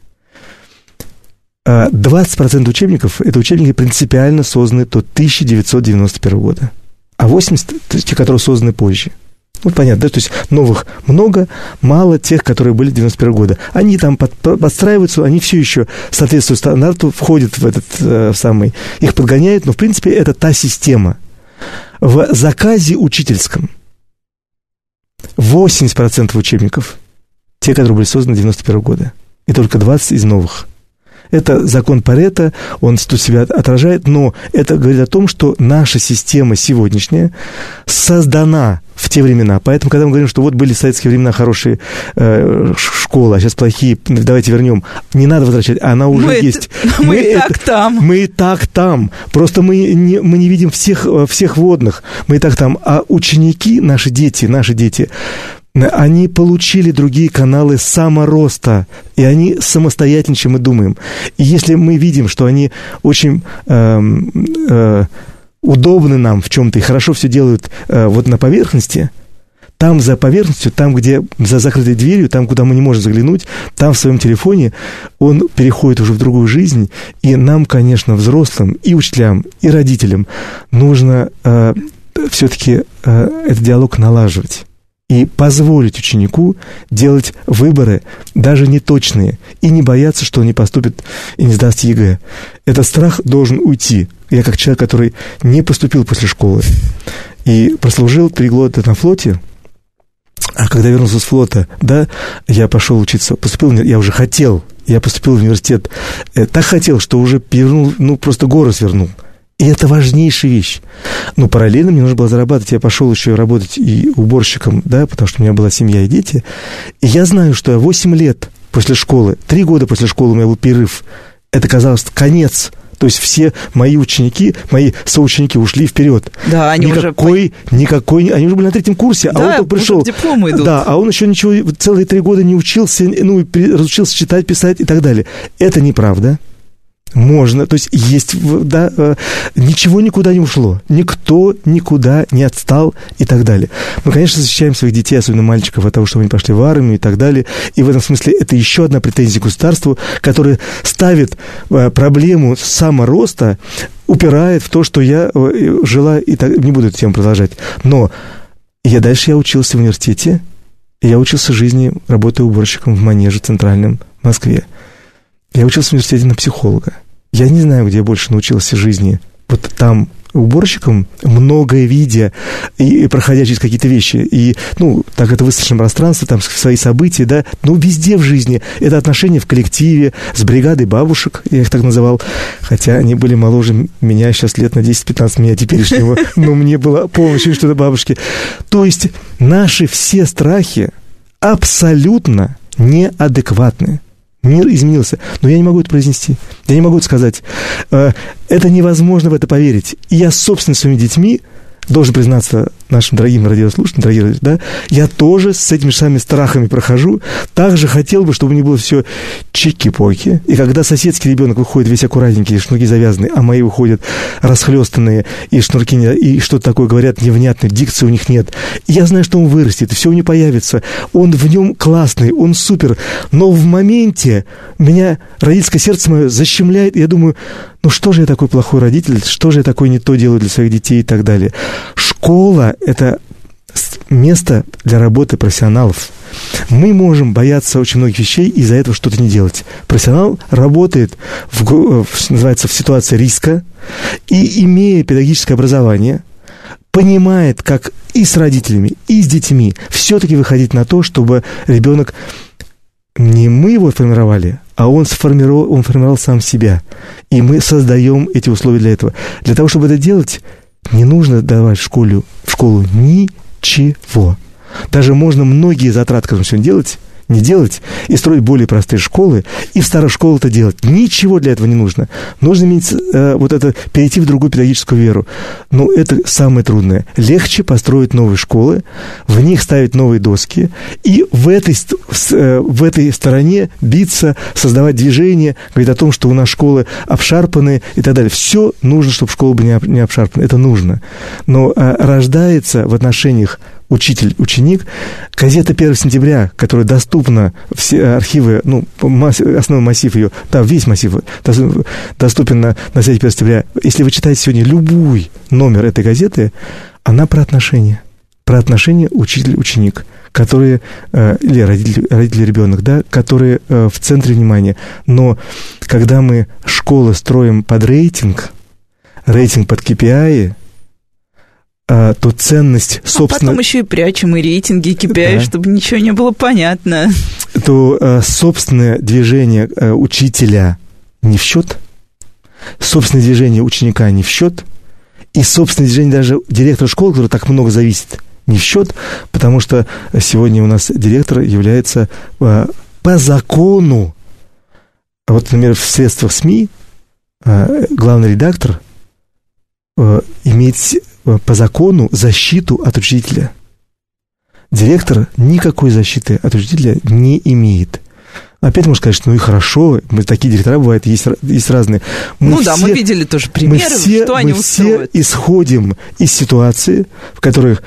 S3: двадцать процентов учебников – это учебники принципиально созданы до тысяча девятьсот девяносто первого года, а восемьдесят процентов – то есть те, которые созданы позже. Ну, понятно, да? То есть новых много, мало тех, которые были девяносто первого года. Они там под, подстраиваются, они все еще соответствуют стандарту, входят в этот э, самый, их подгоняют, но, в принципе, это та система. В заказе учительском восемьдесят процентов учебников – те, которые были созданы девяносто первого года, и только двадцать процентов из новых. Это закон Парето, он тут себя отражает, но это говорит о том, что наша система сегодняшняя создана в те времена. Поэтому, когда мы говорим, что вот были в советские времена хорошие э, школы, а сейчас плохие, давайте вернем, не надо возвращать, она уже
S2: мы
S3: есть.
S2: Это, мы, мы и так
S3: это,
S2: там.
S3: Мы и так там. Просто мы не, мы не видим всех, всех водных. Мы и так там. А ученики, наши дети, наши дети, они получили другие каналы самороста, и они самостоятельнее, чем мы думаем. И если мы видим, что они очень э, э, удобны нам в чем-то и хорошо все делают э, вот на поверхности, там за поверхностью, там, где за закрытой дверью, там, куда мы не можем заглянуть, там в своем телефоне он переходит уже в другую жизнь. И нам, конечно, взрослым, и учителям, и родителям нужно э, все-таки э, этот диалог налаживать. И позволить ученику делать выборы, даже неточные, и не бояться, что он не поступит и не сдаст ЕГЭ. Этот страх должен уйти. Я как человек, который не поступил после школы и прослужил три года на флоте, а когда вернулся с флота, да, я пошел учиться, поступил, я уже хотел, я поступил в университет, так хотел, что уже перевернул, ну, просто горы свернул. И это важнейшая вещь. Но параллельно мне нужно было зарабатывать. Я пошел еще работать и уборщиком, да, потому что у меня была семья и дети. И я знаю, что я восемь лет после школы, три года после школы у меня был перерыв. Это казалось конец. То есть все мои ученики, мои соученики ушли вперед.
S2: Да, они
S3: никакой,
S2: уже...
S3: никакой, они уже были на третьем курсе,
S2: да,
S3: а он только пришел.
S2: Уже к диплому идут.
S3: Да, а он еще ничего, целые три года не учился, ну, разучился читать, писать и так далее. Это неправда. Можно, то есть есть, да, ничего никуда не ушло, никто никуда не отстал и так далее. Мы, конечно, защищаем своих детей, особенно мальчиков, от того, чтобы они пошли в армию и так далее, и в этом смысле это еще одна претензия к государству, которая ставит проблему самороста, упирает в то, что я жила, и так, не буду эту тему продолжать, но я дальше я учился в университете, и я учился жизни, работая уборщиком в Манеже Центральном в Москве. Я учился в университете на психолога. Я не знаю, где я больше научился жизни. Вот там уборщиком, многое видя и проходя через какие-то вещи. И, ну, так это выставочное пространство, там свои события, да. Но везде в жизни это отношения в коллективе, с бригадой бабушек, я их так называл. Хотя они были моложе меня сейчас лет на десять-пятнадцать меня теперешнего. Но мне было полное ощущение, что это бабушки. То есть наши все страхи абсолютно неадекватны. Мир изменился, но я не могу это произнести, я не могу это сказать. Это невозможно в это поверить. И я, собственно, своими детьми, должен признаться нашим дорогим радиослушателям, дорогие, да, я тоже с этими же самыми страхами прохожу. Также хотел бы, чтобы не было все чики-поки. И когда соседский ребенок выходит весь аккуратненький, шнурки завязаны, а мои выходят расхлёстанные, и шнурки, не, и что-то такое говорят невнятное, дикции у них нет. И я знаю, что он вырастет, и все у него появится. Он в нем классный, он супер. Но в моменте меня родительское сердце мое защемляет, и я думаю, ну что же я такой плохой родитель, что же я такое не то делаю для своих детей и так далее. Школа – это место для работы профессионалов. Мы можем бояться очень многих вещей и из-за этого что-то не делать. Профессионал работает, в, в, называется, в ситуации риска, и, имея педагогическое образование, понимает, как и с родителями, и с детьми все-таки выходить на то, чтобы ребенок, не мы его формировали, а он сформировал, он формировал сам себя. И мы создаем эти условия для этого. Для того, чтобы это делать, не нужно давать в школу, в школу ничего. Даже можно многие затраты, которые сегодня делать, не делать, и строить более простые школы, и в старых школах это делать. Ничего для этого не нужно. Нужно иметь, э, вот это, перейти в другую педагогическую веру. Но это самое трудное. Легче построить новые школы, в них ставить новые доски, и в этой, э, в этой стороне биться, создавать движение, говорить о том, что у нас школы обшарпаны и так далее. Все нужно, чтобы школа была не обшарпана. Это нужно. Но э, рождается в отношениях учитель-ученик, газета первого сентября, которая доступна, все архивы, ну, масс, основной массив ее, да, весь массив доступен на, на сайте первого сентября. Если вы читаете сегодня любой номер этой газеты, она про отношения. Про отношения учитель-ученик, которые, или родитель, родитель-ребенок, да, которые в центре внимания. Но когда мы школы строим под рейтинг, рейтинг под кей пи ай, то ценность, собственно...
S2: А потом еще и прячем и рейтинги, и кей пи ай, да, чтобы ничего не было понятно.
S3: То собственное движение учителя не в счет, собственное движение ученика не в счет, и собственное движение даже директора школы, который так много зависит, не в счет, потому что сегодня у нас директор является по закону, вот, например, в средствах СМИ главный редактор имеет по закону защиту от учителя. Директор никакой защиты от учителя не имеет. Опять можно сказать, что ну и хорошо, мы, такие директора бывают, есть, есть разные. Мы
S2: ну
S3: все,
S2: да, мы видели тоже примеры,
S3: мы все,
S2: что они
S3: мы
S2: устроят.
S3: Мы все исходим из ситуации, в которых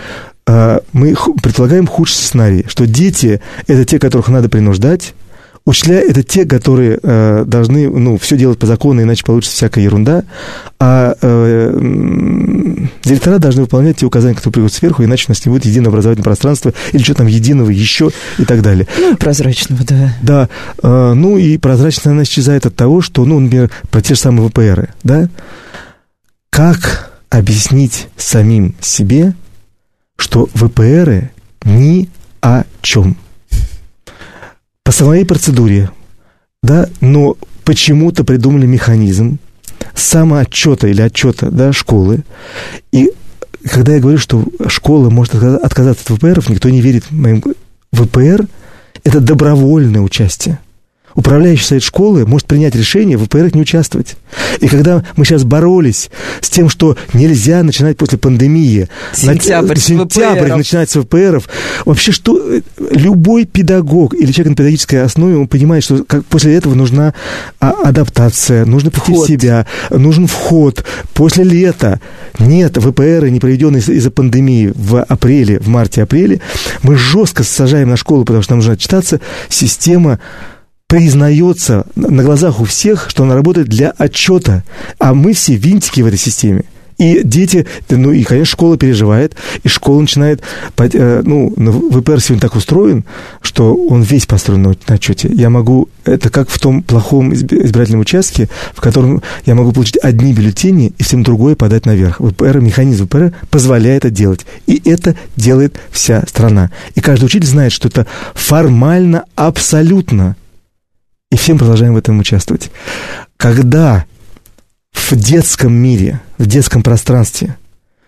S3: мы предполагаем худший сценарий, что дети – это те, которых надо принуждать, учителя – это те, которые э, должны, ну, все делать по закону, иначе получится всякая ерунда, а э, директора должны выполнять те указания, которые приходят сверху, иначе у нас не будет единого образовательного пространства или что там единого еще и так далее.
S2: Ну, прозрачного, да.
S3: Да, э, ну и прозрачность, она исчезает от того, что, ну, например, про те же самые ВПРы, да, как объяснить самим себе, что ВПРы ни о чем. По самой процедуре, да, но почему-то придумали механизм самоотчета или отчета, да, школы. И когда я говорю, что школа может отказаться от ВПРов, никто не верит моим. ВПР – это добровольное участие. Управляющий совет школы может принять решение в ВПРах не участвовать. И когда мы сейчас боролись с тем, что нельзя начинать после пандемии,
S2: сентябрь,
S3: на, сентябрь начинать с ВПРов, вообще что любой педагог или человек на педагогической основе, он понимает, что как, после этого нужна а, адаптация, нужно прийти в себя, нужен вход. После лета нет ВПРы, не проведенные из- из-за пандемии в апреле, в марте-апреле, мы жестко сажаем на школу, потому что нам нужно отчитаться, система признается на глазах у всех, что она работает для отчета, а мы все винтики в этой системе. И дети, ну и, конечно, школа переживает, и школа начинает, ну, ВПР сегодня так устроен, что он весь построен на отчете. Я могу, это как в том плохом избирательном участке, в котором я могу получить одни бюллетени и всем другое подать наверх. ВПР, механизм ВПР позволяет это делать. И это делает вся страна. И каждый учитель знает, что это формально абсолютно. И всем продолжаем в этом участвовать. Когда в детском мире, в детском пространстве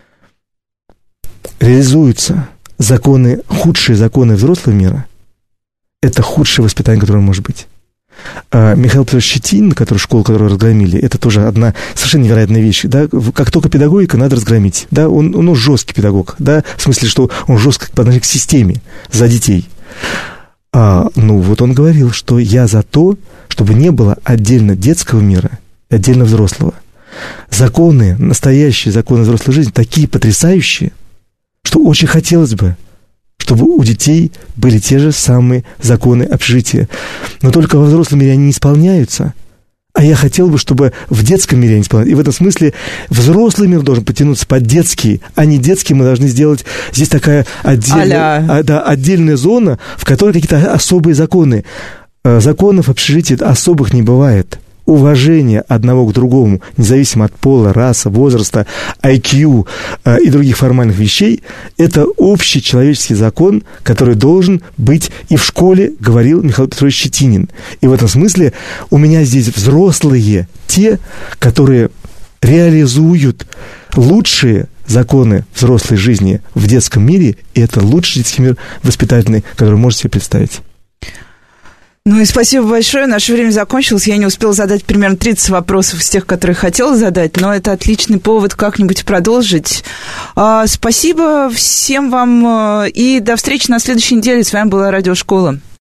S3: реализуются законы, худшие законы взрослого мира, это худшее воспитание, которое может быть. А Михаил Петрович Щетинин, который, школу, которую разгромили, это тоже одна совершенно невероятная вещь. Да? Как только педагогика, надо разгромить. Да? Он, он жесткий педагог, да? В смысле, что он жестко по отношению к системе за детей. А, ну, вот он говорил, что я за то, чтобы не было отдельно детского мира и отдельно взрослого. Законы, настоящие законы взрослой жизни, такие потрясающие, что очень хотелось бы, чтобы у детей были те же самые законы общежития. Но только во взрослом мире они не исполняются. А я хотел бы, чтобы в детском мире они исполнялись. И в этом смысле взрослый мир должен потянуться под детский, а не детский мы должны сделать. Здесь такая отдельная, а, да, отдельная зона, в которой какие-то особые законы. Законов в общежитии особых не бывает. Уважение одного к другому, независимо от пола, расы, возраста, ай кью э, и других формальных вещей, это общий человеческий закон, который должен быть и в школе, говорил Михаил Петрович Щетинин. И в этом смысле у меня здесь взрослые, те, которые реализуют лучшие законы взрослой жизни в детском мире, и это лучший детский мир воспитательный, который можете себе представить.
S2: Ну и спасибо большое. Наше время закончилось. Я не успела задать примерно тридцать вопросов из тех, которые хотела задать, но это отличный повод как-нибудь продолжить. А, спасибо всем вам и до встречи на следующей неделе. С вами была Радиошкола.